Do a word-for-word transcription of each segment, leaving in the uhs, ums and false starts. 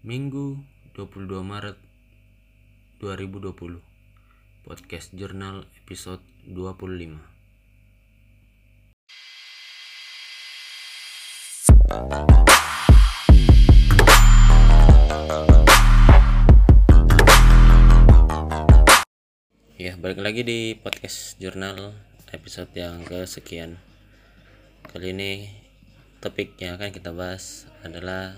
Minggu dua puluh dua Maret dua ribu dua puluh. Podcast Jurnal episode dua puluh lima. Ya, balik lagi di podcast Jurnal episode yang kesekian. Kali ini topik yang akan kita bahas adalah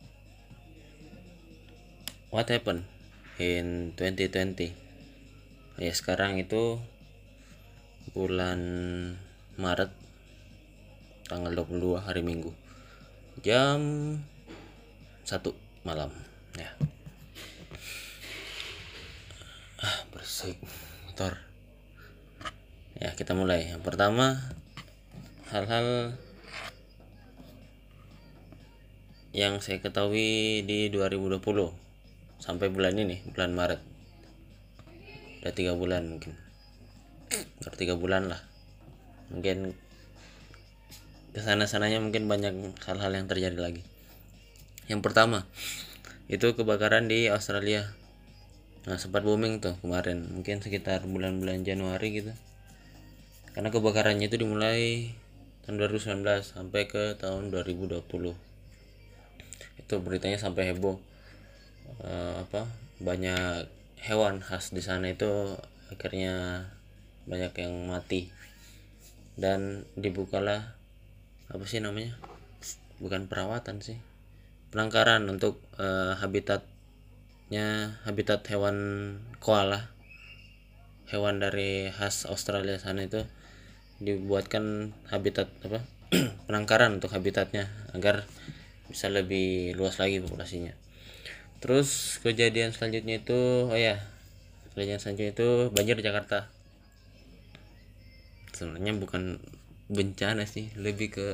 what happened in twenty twenty. Ya, sekarang itu bulan Maret, tanggal dua puluh dua, hari Minggu, jam satu malam ya. Ah, bersih motor. Ya, kita mulai. Yang pertama, hal-hal yang saya ketahui di dua ribu dua puluh sampai bulan ini, bulan Maret. Udah tiga bulan mungkin. Udah tiga bulan lah. Mungkin kesana-sananya mungkin banyak hal-hal yang terjadi lagi. Yang pertama, itu kebakaran di Australia. Nah, sempat booming tuh kemarin, mungkin sekitar bulan-bulan Januari gitu. Karena kebakarannya itu dimulai tahun dua ribu sembilan belas sampai ke tahun dua ribu dua puluh. Itu beritanya sampai heboh. Uh, apa? Banyak hewan khas di sana itu akhirnya banyak yang mati. Dan dibukalah apa sih namanya? Bukan perawatan sih. Penangkaran untuk uh, habitatnya, habitat hewan koala, hewan dari khas Australia sana itu dibuatkan habitat apa penangkaran untuk habitatnya agar bisa lebih luas lagi populasinya. Terus kejadian selanjutnya itu oh ya kejadian selanjutnya itu banjir di Jakarta. Sebenarnya bukan bencana sih, lebih ke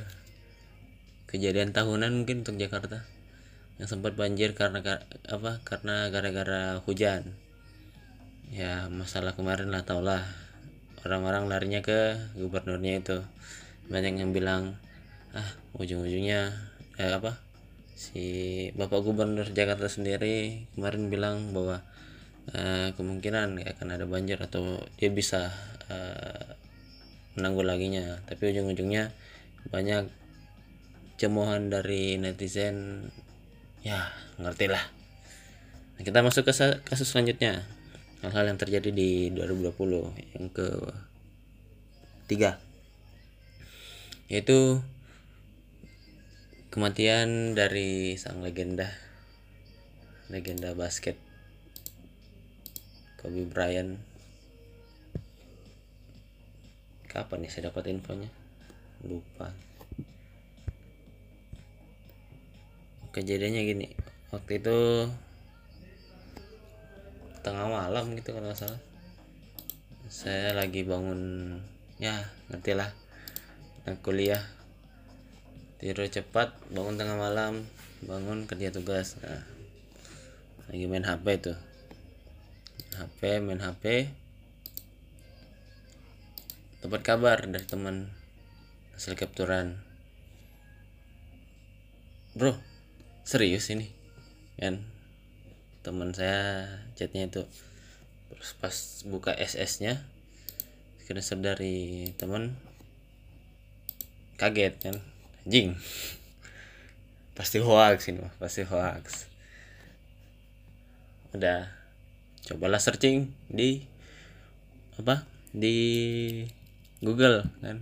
kejadian tahunan mungkin untuk Jakarta, yang sempat banjir karena apa karena gara-gara hujan. Ya, masalah kemarin lah, tau lah, orang-orang larinya ke gubernurnya itu. Banyak yang bilang ah ujung-ujungnya eh, apa si Bapak Gubernur Jakarta sendiri kemarin bilang bahwa eh, kemungkinan akan ada banjir atau dia bisa eh, menanggulanginya, tapi ujung-ujungnya banyak cemoohan dari netizen. Ya, ngerti lah. Nah, kita masuk ke kasus selanjutnya, hal-hal yang terjadi di dua ribu dua puluh. Yang ke tiga, yaitu kematian dari sang legenda legenda basket Kobe Bryant. Kapan ya saya dapat infonya, lupa. Kejadiannya gini, waktu itu tengah malam gitu kalau nggak salah, saya lagi bangun, ya ngerti lah, kuliah, tidur cepat, bangun tengah malam, bangun kerja tugas. Nah, lagi main H P tuh, H P main H P, dapat kabar dari teman hasil capturean. Bro, serius ini kan, teman saya chatnya itu. Terus pas buka S S nya, screenshot dari teman, kaget kan, anjing, pasti hoax ini mah, pasti hoax. Udah cobalah searching di apa di Google kan,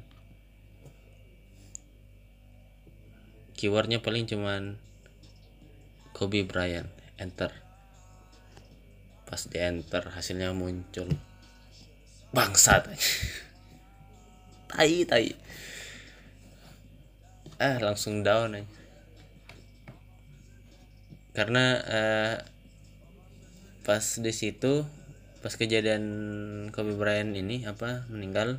keywordnya paling cuman Kobe Bryant, enter. Pas di enter hasilnya muncul bangsat. tai tai ah langsung down aja. Karena eh, pas di situ, pas kejadian Kobe Bryant ini apa meninggal,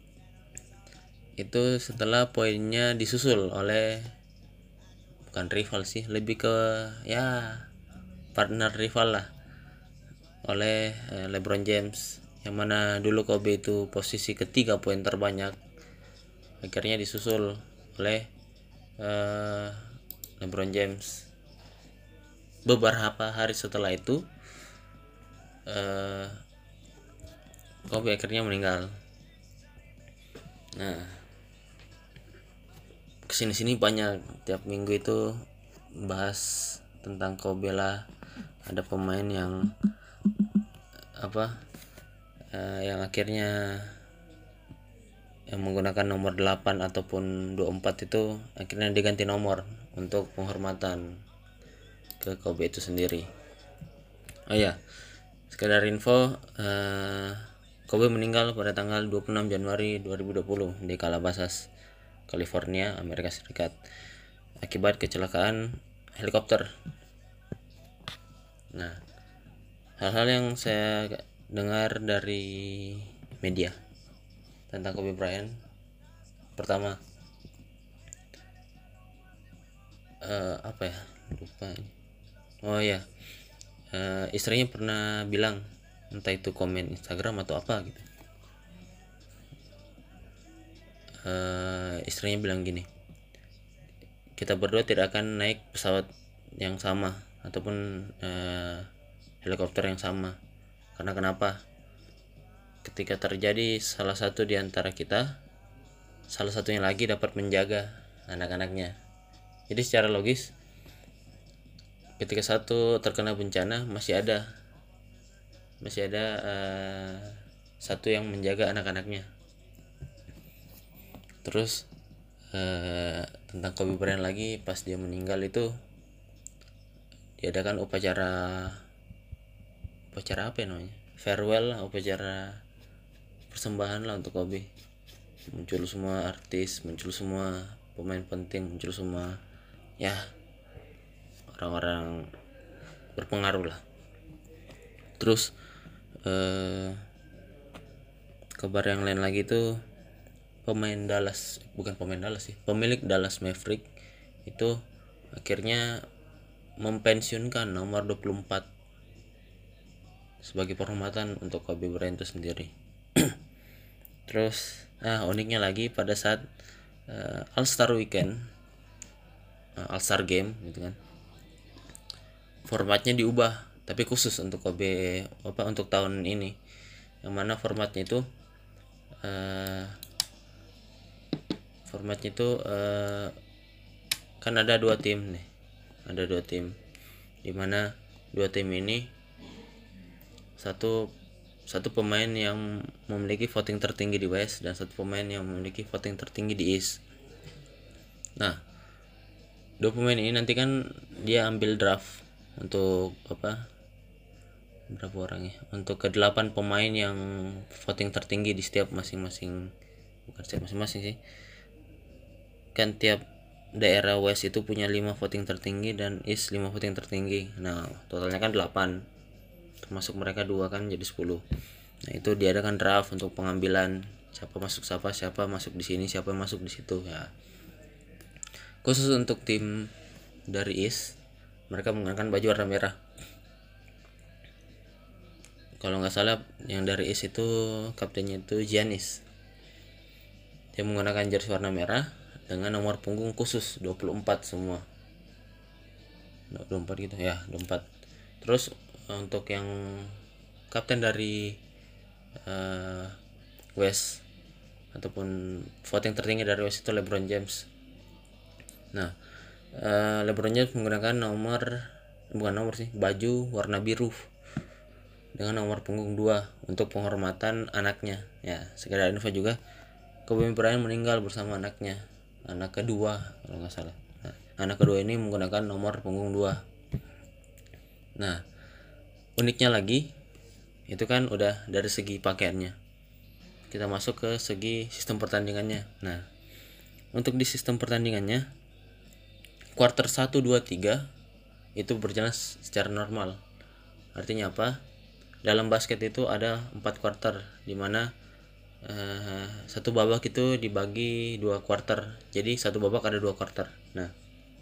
itu setelah poinnya disusul oleh, bukan rival sih, lebih ke ya partner rival lah, oleh eh, LeBron James, yang mana dulu Kobe itu posisi ketiga poin terbanyak, akhirnya disusul oleh eh, LeBron James. beberapa hari setelah itu uh, Kobe akhirnya meninggal. Nah, kesini-sini banyak, tiap minggu itu bahas tentang Kobe lah. Ada pemain yang apa uh, yang akhirnya yang menggunakan nomor delapan ataupun dua puluh empat itu akhirnya diganti nomor untuk penghormatan ke Kobe itu sendiri. Oh ya, sekedar info, uh, Kobe meninggal pada tanggal dua puluh enam Januari dua ribu dua puluh di Calabasas, California, Amerika Serikat, akibat kecelakaan helikopter. Nah, hal-hal yang saya dengar dari media tentang Kobe Bryant, pertama uh, apa ya, lupa. Oh ya, uh, istrinya pernah bilang, entah itu komen Instagram atau apa gitu, uh, istrinya bilang gini, kita berdua tidak akan naik pesawat yang sama ataupun uh, helikopter yang sama. Karena kenapa? Ketika terjadi salah satu di antara kita, salah satunya lagi dapat menjaga anak-anaknya. Jadi secara logis, ketika satu terkena bencana, masih ada masih ada uh, satu yang menjaga anak-anaknya. Terus uh, tentang Kobe Bryant lagi, pas dia meninggal itu diadakan upacara upacara apa ya namanya, farewell lah, upacara persembahan lah untuk Kobe. Muncul semua artis, muncul semua pemain penting, muncul semua ya orang-orang berpengaruh lah. Terus eh, kabar yang lain lagi tuh, pemain Dallas, bukan pemain Dallas sih, pemilik Dallas Maverick itu akhirnya mempensiunkan nomor dua puluh empat sebagai penghormatan untuk Kobe Bryant itu sendiri. Terus nah uniknya lagi, pada saat uh, All Star Weekend, uh, All Star Game gitu kan, formatnya diubah, tapi khusus untuk Kobe apa untuk tahun ini, yang mana formatnya itu uh, formatnya itu uh, kan ada dua tim nih, ada dua tim, dimana dua tim ini satu satu pemain yang memiliki voting tertinggi di West dan satu pemain yang memiliki voting tertinggi di East. Nah, dua pemain ini nanti kan dia ambil draft untuk apa, berapa orang ya, untuk ke delapan pemain yang voting tertinggi di setiap masing-masing, bukan setiap masing-masing sih, kan tiap daerah West itu punya lima voting tertinggi dan East lima voting tertinggi. Nah, totalnya kan delapan, termasuk mereka dua kan jadi sepuluh. Nah, itu diadakan draft untuk pengambilan siapa masuk siapa, siapa masuk di sini, siapa masuk di situ ya. Khusus untuk tim dari East, mereka menggunakan baju warna merah. Kalau nggak salah yang dari East itu kaptennya itu Giannis. Dia menggunakan jersey warna merah dengan nomor punggung khusus dua puluh empat semua. dua puluh empat gitu ya, dua puluh empat. Terus untuk yang kapten dari uh, West ataupun voting tertinggi dari West itu LeBron James. Nah, uh, LeBron James menggunakan nomor bukan nomor sih, baju warna biru dengan nomor punggung dua untuk penghormatan anaknya. Ya, sekedar info juga, Kobe Bryant meninggal bersama anaknya, anak kedua kalau nggak salah. Nah, anak kedua ini menggunakan nomor punggung dua. Nah, uniknya lagi itu kan udah dari segi pakaiannya, kita masuk ke segi sistem pertandingannya. Nah, untuk di sistem pertandingannya, quarter satu, dua, tiga itu berjalan secara normal. Artinya apa? Dalam basket itu ada empat quarter, dimana uh, satu babak itu dibagi dua quarter, jadi satu babak ada dua quarter. Nah,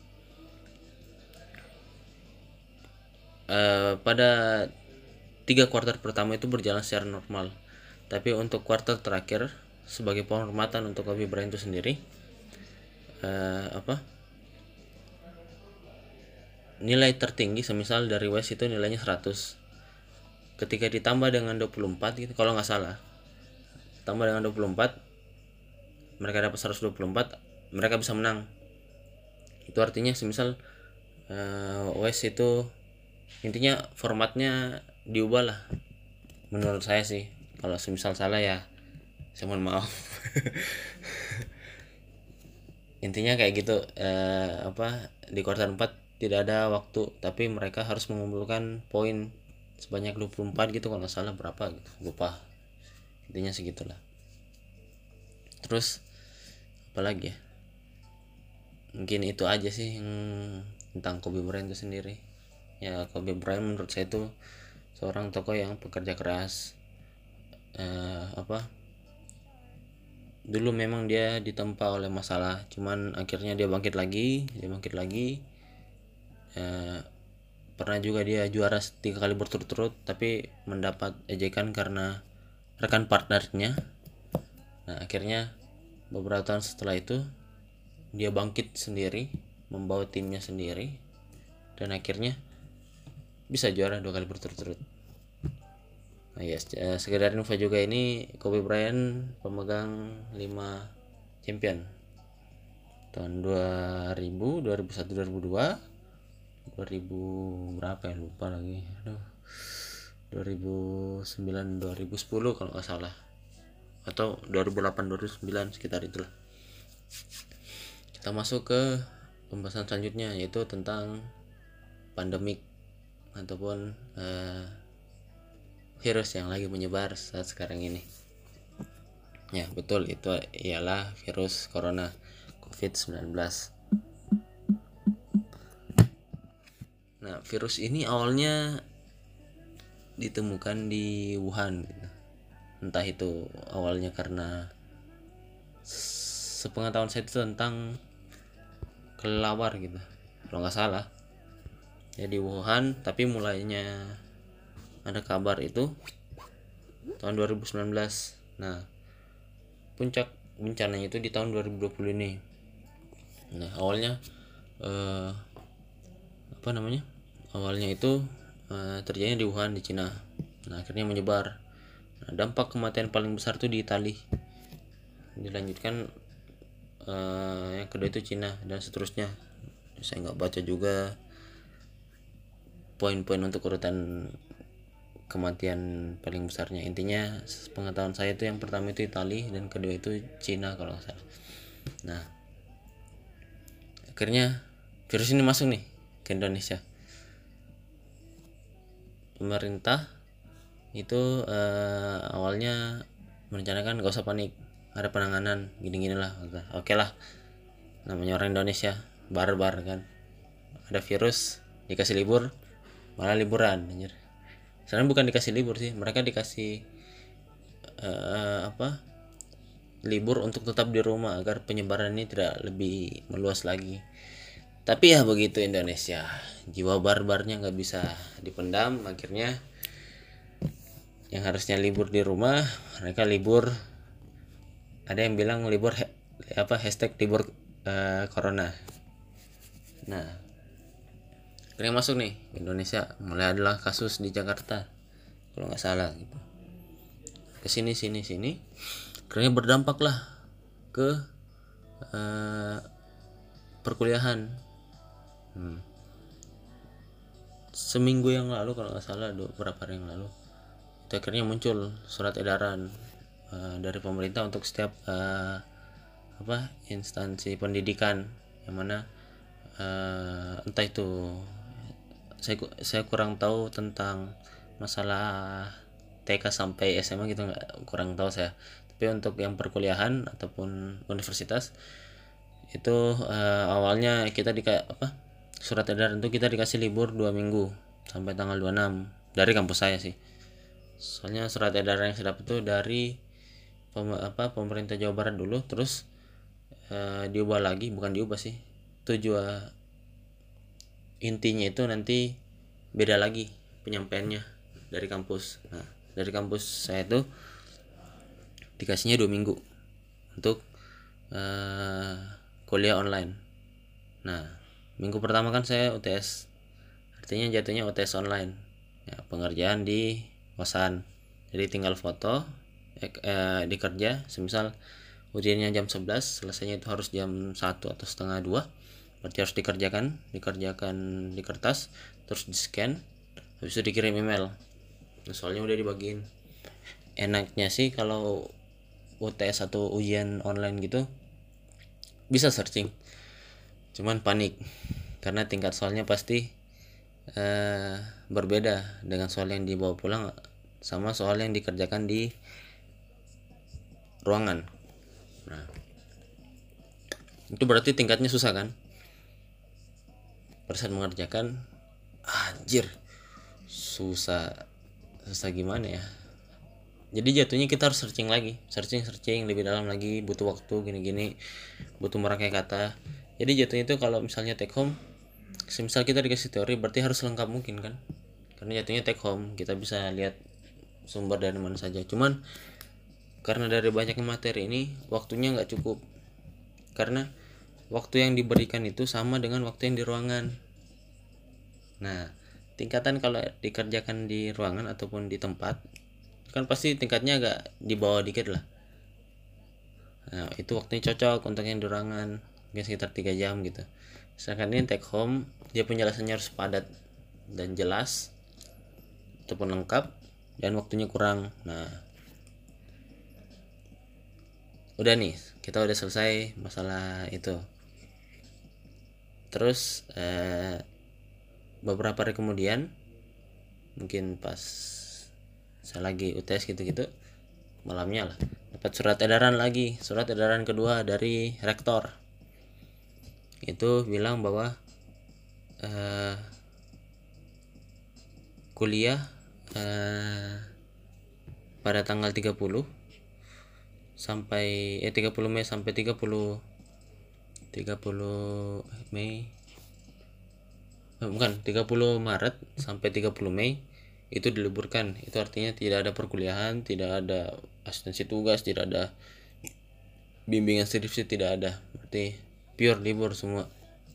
uh, pada tiga quarter pertama itu berjalan secara normal, tapi untuk quarter terakhir sebagai penghormatan untuk Kobe Bryant itu sendiri, uh, apa nilai tertinggi semisal dari U A S itu nilainya seratus, ketika ditambah dengan dua puluh empat gitu kalau nggak salah, tambah dengan dua puluh empat mereka dapat seratus dua puluh empat, mereka bisa menang. Itu artinya semisal uh, U A S itu intinya formatnya diubah lah menurut saya sih. Kalau semisal salah ya saya mohon maaf. Intinya kayak gitu, eh, apa di kuartal empat tidak ada waktu tapi mereka harus mengumpulkan poin sebanyak dua puluh empat gitu kalau nggak salah, berapa gitu lupa, intinya segitulah. Terus apa lagi ya, mungkin itu aja sih yang tentang Kobe Bryant itu sendiri. Ya Kobe Bryant menurut saya itu seorang tokoh yang pekerja keras, eh, apa dulu memang dia ditempa oleh masalah, cuman akhirnya dia bangkit lagi, dia bangkit lagi. Eh, pernah juga dia juara tiga kali berturut-turut tapi mendapat ejekan karena rekan partnernya. Nah akhirnya beberapa tahun setelah itu dia bangkit sendiri, membawa timnya sendiri, dan akhirnya bisa juara dua kali berturut-turut. Nah ya, yes, sekedar info juga, ini Kobe Bryant pemegang lima champion tahun dua ribu, dua ribu satu, dua ribu dua, dua ribu berapa ya lupa lagi, aduh, dua ribu sembilan, dua ribu sepuluh kalau nggak salah, atau dua ribu delapan, dua ribu sembilan, sekitar itulah. Kita masuk ke pembahasan selanjutnya, yaitu tentang pandemik ataupun uh, virus yang lagi menyebar saat sekarang ini. Ya betul, itu ialah virus corona covid sembilan belas. Nah virus ini awalnya ditemukan di Wuhan gitu. Entah itu awalnya karena, sepengetahuan saya itu tentang kelelawar gitu kalau nggak salah ya, di Wuhan, tapi mulainya ada kabar itu tahun dua ribu sembilan belas. Nah puncak bencananya itu di tahun dua ribu dua puluh ini. Nah awalnya eh, apa namanya awalnya itu eh, terjadi di Wuhan di Cina. Nah akhirnya menyebar. Nah, dampak kematian paling besar itu di Italia, dilanjutkan eh, yang kedua itu Cina, dan seterusnya. Saya nggak baca juga poin-poin untuk urutan kematian paling besarnya. Intinya pengetahuan saya itu yang pertama itu Italia, dan kedua itu Cina kalau nggak salah. Nah akhirnya virus ini masuk nih ke Indonesia. Pemerintah itu eh, awalnya merencanakan gak usah panik, ada penanganan gini-gini lah. Oke lah, namanya orang Indonesia barbar kan, ada virus dikasih libur malah liburan anjir. Sebenarnya bukan dikasih libur sih, mereka dikasih uh, apa libur untuk tetap di rumah agar penyebaran ini tidak lebih meluas lagi. Tapi ya begitu Indonesia, jiwa barbarnya nggak bisa dipendam. Akhirnya yang harusnya libur di rumah, mereka libur. Ada yang bilang libur he, apa hashtag libur uh, corona. Nah akhirnya masuk nih Indonesia, mulai adalah kasus di Jakarta kalau nggak salah gitu, kesini sini sini akhirnya berdampak lah ke uh, perkuliahan. hmm. Seminggu yang lalu kalau nggak salah, beberapa hari yang lalu itu akhirnya muncul surat edaran uh, dari pemerintah untuk setiap uh, apa instansi pendidikan, yang mana uh, entah itu saya saya kurang tahu tentang masalah T K sampai S M A gitu, nggak, kurang tahu saya. Tapi untuk yang perkuliahan ataupun universitas itu uh, awalnya kita di apa surat edaran itu kita dikasih libur dua minggu sampai tanggal dua puluh enam dari kampus saya sih. Soalnya surat edaran yang saya dapat itu dari pem, apa pemerintah Jawa Barat dulu, terus uh, diubah lagi, bukan diubah sih, tujuan intinya itu nanti beda lagi penyampaiannya dari kampus. Nah dari kampus saya tuh dikasihnya dua minggu untuk uh, kuliah online. Nah minggu pertama kan saya U T S, artinya jatuhnya U T S online ya, pengerjaan di kosan. Jadi tinggal foto eh, eh, dikerja, semisal ujiannya jam sebelas, selesainya itu harus jam satu atau setengah dua, berarti harus dikerjakan dikerjakan di kertas, terus di scan, habis itu dikirim email. Nah, soalnya udah dibagiin. Enaknya sih kalau U T S atau ujian online gitu bisa searching, cuman panik karena tingkat soalnya pasti eh, berbeda dengan soal yang dibawa pulang sama soal yang dikerjakan di ruangan. Nah, itu berarti tingkatnya susah kan. Pada saat mengerjakan, anjir, susah susah gimana ya. Jadi jatuhnya kita harus searching lagi, searching searching lebih dalam lagi, butuh waktu gini-gini, butuh merangkai kata. Jadi jatuhnya itu kalau misalnya take home, semisal kita dikasih teori berarti harus lengkap mungkin kan, karena jatuhnya take home kita bisa lihat sumber dari mana saja. Cuman karena dari banyaknya materi ini waktunya nggak cukup, karena waktu yang diberikan itu sama dengan waktu yang di ruangan. Nah, tingkatan kalau dikerjakan di ruangan ataupun di tempat kan pasti tingkatnya agak di bawah dikit lah. Nah, itu waktunya cocok untuk yang di ruangan, mungkin sekitar tiga jam gitu. Sedangkan ini take home, dia penjelasannya harus padat dan jelas ataupun lengkap, dan waktunya kurang. Nah, udah nih, kita udah selesai masalah itu. Terus eh, beberapa hari kemudian, mungkin pas saya lagi U T S gitu-gitu, malamnya lah dapat surat edaran lagi, surat edaran kedua dari rektor. Itu bilang bahwa eh, kuliah eh, pada tanggal tiga puluh sampai eh tiga puluh Mei sampai tiga puluh Mei, eh, bukan, tiga puluh Maret sampai tiga puluh Mei itu diliburkan. Itu artinya tidak ada perkuliahan, tidak ada asistensi tugas, tidak ada bimbingan skripsi, tidak ada, berarti pure libur semua.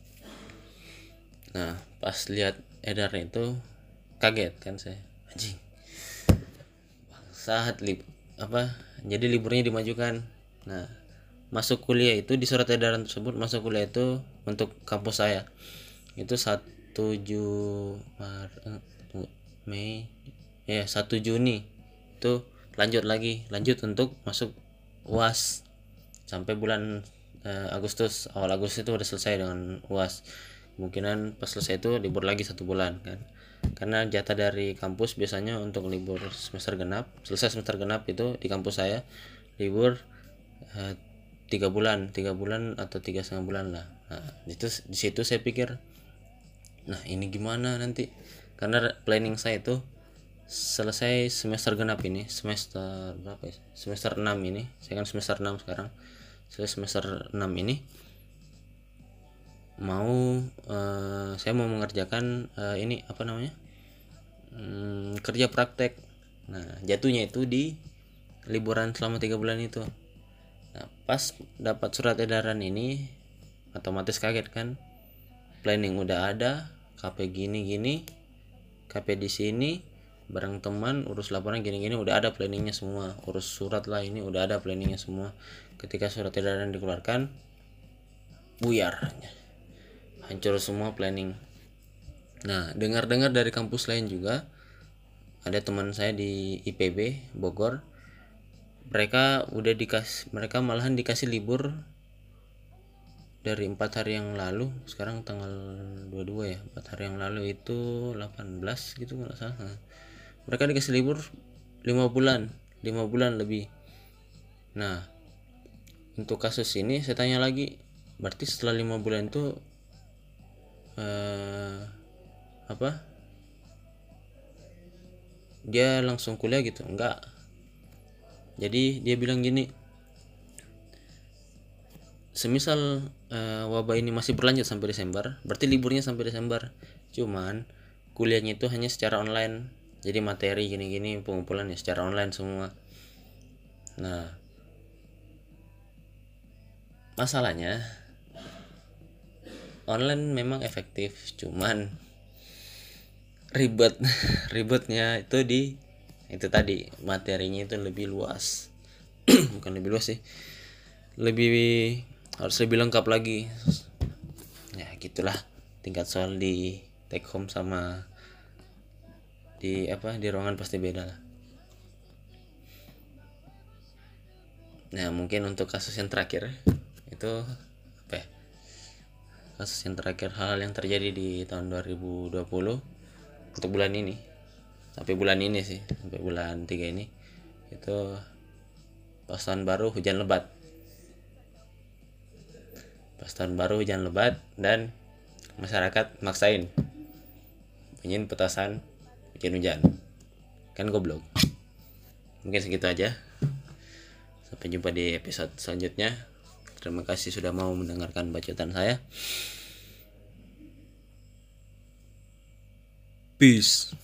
Nah, pas lihat edarnya itu kaget kan saya, anjing, saat lib apa jadi liburnya dimajukan. Nah, masuk kuliah itu di surat edaran tersebut, masuk kuliah itu untuk kampus saya itu tujuh Maret, Mei, ya satu Juni itu lanjut lagi, lanjut untuk masuk U A S sampai bulan eh, Agustus. Awal Agustus itu udah selesai dengan U A S. Kemungkinan pas selesai itu libur lagi satu bulan kan, karena jatah dari kampus biasanya untuk libur semester genap, selesai semester genap itu di kampus saya libur eh, tiga bulan tiga bulan atau tiga setengah bulan lah. Nah, itu di situ saya pikir, nah ini gimana nanti, karena planning saya itu selesai semester genap ini, semester berapa ya, semester enam ini, saya kan semester enam sekarang, saya semester enam ini mau uh, saya mau mengerjakan uh, ini apa namanya hmm, kerja praktek. Nah, jatuhnya itu di liburan selama tiga bulan itu. Nah, pas dapat surat edaran ini otomatis kaget kan, planning udah ada, K P gini-gini, K P di sini, bareng teman, urus laporan gini-gini, udah ada planningnya semua, urus surat lah ini udah ada planningnya semua. Ketika surat edaran dikeluarkan, buyar, hancur semua planning. Nah, dengar-dengar dari kampus lain juga, ada teman saya di I P B Bogor, mereka udah dikasih, mereka malahan dikasih libur dari empat hari yang lalu, sekarang tanggal dua puluh dua ya, empat hari yang lalu itu delapan belas gitu nggak salah. Nah, mereka dikasih libur lima bulan lima bulan lebih. Nah, untuk kasus ini saya tanya lagi, berarti setelah lima bulan itu eh, apa dia langsung kuliah gitu? Enggak. Jadi dia bilang gini, semisal uh, wabah ini masih berlanjut sampai Desember, berarti liburnya sampai Desember. Cuman kuliahnya itu hanya secara online. Jadi materi gini-gini pengumpulan ya secara online semua. Nah, masalahnya online memang efektif, cuman ribet ribetnya itu di itu tadi, materinya itu lebih luas. Bukan lebih luas sih, lebih harus lebih lengkap lagi. Ya gitulah, tingkat soal di take home sama di apa di ruangan pasti beda lah. Nah mungkin untuk kasus yang terakhir itu apa ya, kasus yang terakhir, hal yang terjadi di tahun dua ribu dua puluh untuk bulan ini, sampai bulan ini sih, sampai bulan tiga ini, itu pas tahun baru hujan lebat. Pas tahun baru hujan lebat dan masyarakat maksain bunyiin petasan hujan-hujan, kan goblok. Mungkin segitu aja, sampai jumpa di episode selanjutnya. Terima kasih sudah mau mendengarkan bacotan saya. Peace.